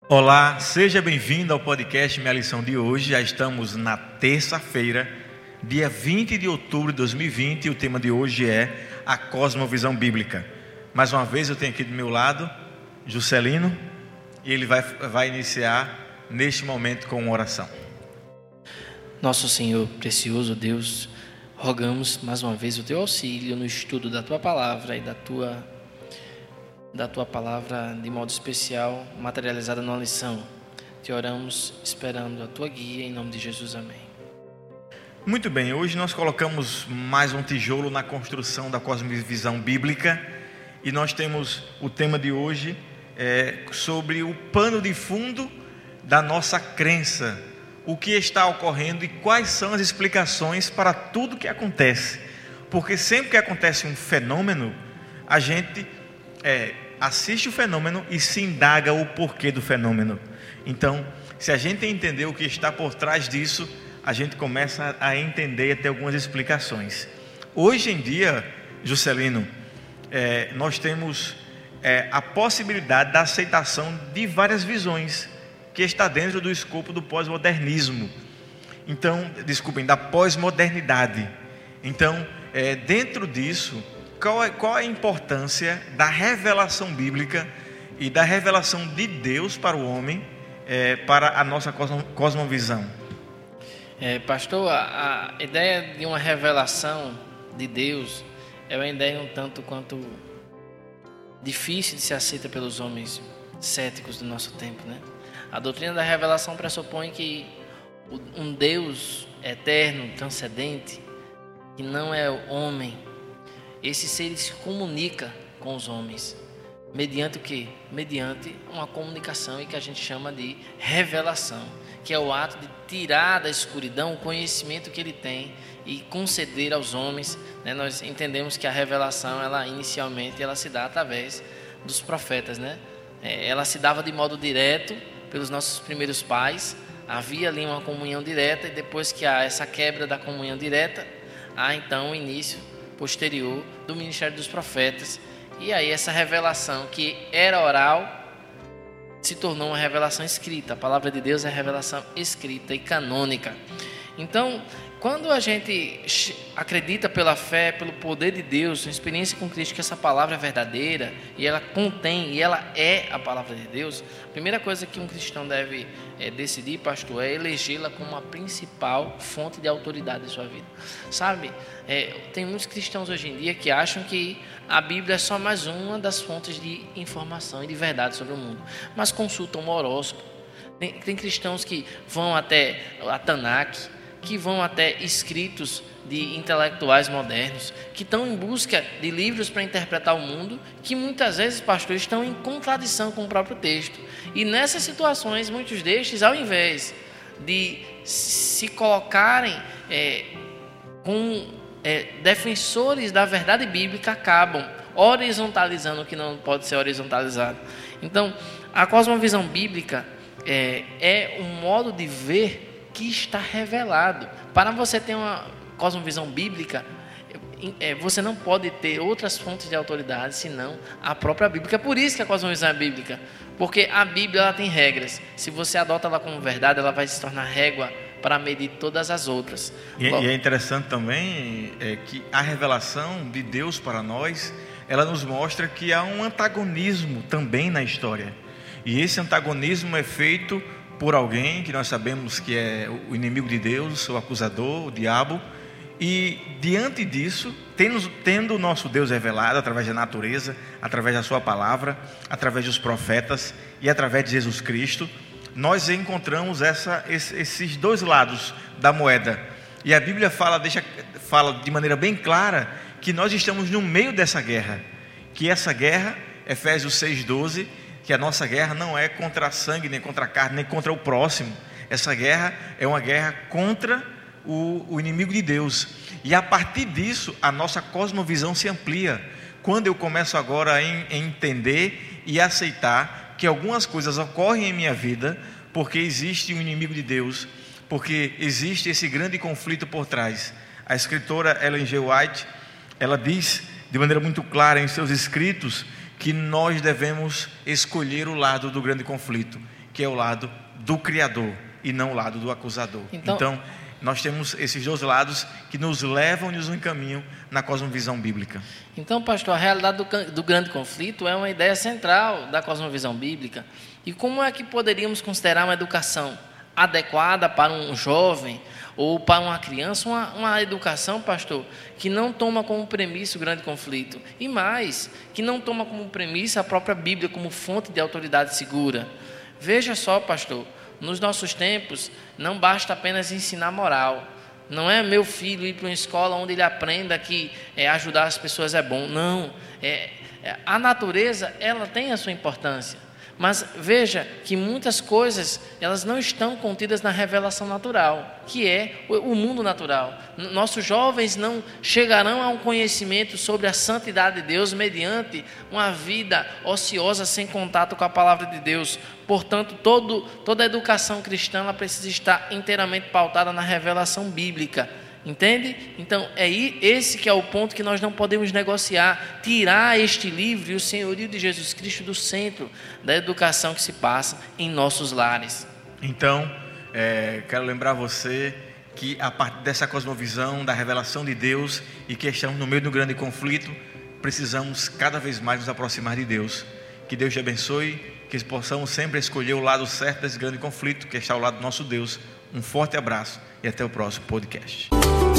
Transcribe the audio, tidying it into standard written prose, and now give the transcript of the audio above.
Olá, seja bem-vindo ao podcast Minha Lição de hoje. Já estamos na terça-feira, dia 20 de outubro de 2020 e o tema de hoje é a cosmovisão bíblica. Mais uma vez eu tenho aqui do meu lado Juscelino e ele vai iniciar neste momento com uma oração. Nosso Senhor, precioso Deus, rogamos mais uma vez o Teu auxílio no estudo da Tua Palavra e da Tua Palavra de modo especial, materializada numa lição. Te oramos esperando a Tua guia, em nome de Jesus, amém. Muito bem, hoje nós colocamos mais um tijolo na construção da cosmovisão bíblica e nós temos o tema de hoje sobre o pano de fundo da nossa crença, o que está ocorrendo e quais são as explicações para tudo que acontece, porque sempre que acontece um fenômeno, a gente assiste o fenômeno e se indaga o porquê do fenômeno. Então, se a gente entender o que está por trás disso, a gente começa a entender até algumas explicações. Hoje em dia, Juscelino, nós temos a possibilidade da aceitação de várias visões, que está dentro do escopo do pós-modernismo. Então, da pós-modernidade. Então, dentro disso, qual a importância da revelação bíblica e da revelação de Deus para o homem, para a nossa cosmovisão? Pastor, a ideia de uma revelação de Deus é uma ideia um tanto quanto difícil de ser aceita pelos homens céticos do nosso tempo, né? A doutrina da revelação pressupõe que um Deus eterno, transcendente, que não é o homem, esse ser se comunica com os homens. Mediante o quê? Mediante uma comunicação e que a gente chama de revelação, que é o ato de tirar da escuridão o conhecimento que ele tem e conceder aos homens, né? Nós entendemos que a revelação, inicialmente, se dá através dos profetas, né? Ela se dava de modo direto pelos nossos primeiros pais. Havia ali uma comunhão direta, e depois que há essa quebra da comunhão direta, há então o início posterior do ministério dos profetas. E aí essa revelação que era oral se tornou uma revelação escrita. A palavra de Deus é revelação escrita e canônica. Então, quando a gente acredita pela fé, pelo poder de Deus, uma experiência com Cristo, que essa palavra é verdadeira e ela contém, e ela é a palavra de Deus, a primeira coisa que um cristão deve decidir, pastor, é elegê-la como a principal fonte de autoridade de sua vida. Sabe, tem muitos cristãos hoje em dia que acham que a Bíblia é só mais uma das fontes de informação e de verdade sobre o mundo, mas consultam o horóscopo. Tem cristãos que vão até a Tanakh, que vão até escritos de intelectuais modernos, que estão em busca de livros para interpretar o mundo, que muitas vezes, pastor, estão em contradição com o próprio texto. E nessas situações, muitos destes, ao invés de se colocarem como defensores da verdade bíblica, acabam horizontalizando o que não pode ser horizontalizado. Então, a cosmovisão bíblica é um modo de ver que está revelado. Para você ter uma cosmovisão bíblica, você não pode ter outras fontes de autoridade senão a própria Bíblia. É por isso que a cosmovisão é bíblica, porque a Bíblia ela tem regras. Se você adota ela como verdade, ela vai se tornar régua para medir todas as outras. E é interessante também que a revelação de Deus para nós, ela nos mostra que há um antagonismo também na história. E esse antagonismo é feito por alguém que nós sabemos que é o inimigo de Deus, o acusador, o diabo. E diante disso, tendo o nosso Deus revelado através da natureza, através da sua palavra, através dos profetas e através de Jesus Cristo, nós encontramos esses dois lados da moeda. E a Bíblia fala de maneira bem clara que nós estamos no meio dessa guerra, que essa guerra, Efésios 6,12, que a nossa guerra não é contra a sangue, nem contra a carne, nem contra o próximo. Essa guerra é uma guerra contra o inimigo de Deus. E a partir disso, a nossa cosmovisão se amplia. Quando eu começo agora a entender e aceitar que algumas coisas ocorrem em minha vida porque existe um inimigo de Deus, porque existe esse grande conflito por trás. A escritora Ellen G. White, ela diz de maneira muito clara em seus escritos que nós devemos escolher o lado do grande conflito, que é o lado do Criador e não o lado do acusador. Então nós temos esses dois lados que nos levam e nos encaminham na cosmovisão bíblica. Então, pastor, a realidade do grande conflito é uma ideia central da cosmovisão bíblica. E como é que poderíamos considerar uma educação adequada para um jovem ou para uma criança, uma educação, pastor, que não toma como premissa o grande conflito, e mais, que não toma como premissa a própria Bíblia como fonte de autoridade segura? Veja só, pastor, nos nossos tempos não basta apenas ensinar moral. Não é meu filho ir para uma escola onde ele aprenda que ajudar as pessoas é bom. Não, a natureza, ela tem a sua importância. Mas veja que muitas coisas, elas não estão contidas na revelação natural, que é o mundo natural. Nossos jovens não chegarão a um conhecimento sobre a santidade de Deus mediante uma vida ociosa sem contato com a palavra de Deus. Portanto, toda a educação cristã ela precisa estar inteiramente pautada na revelação bíblica. Entende? Então, esse que é o ponto que nós não podemos negociar. Tirar este livro e o senhorio de Jesus Cristo do centro da educação que se passa em nossos lares. Então, quero lembrar você que a partir dessa cosmovisão, da revelação de Deus, e que estamos no meio do grande conflito, precisamos cada vez mais nos aproximar de Deus. Que Deus te abençoe, que possamos sempre escolher o lado certo desse grande conflito, que está ao lado do nosso Deus. Um forte abraço e até o próximo podcast.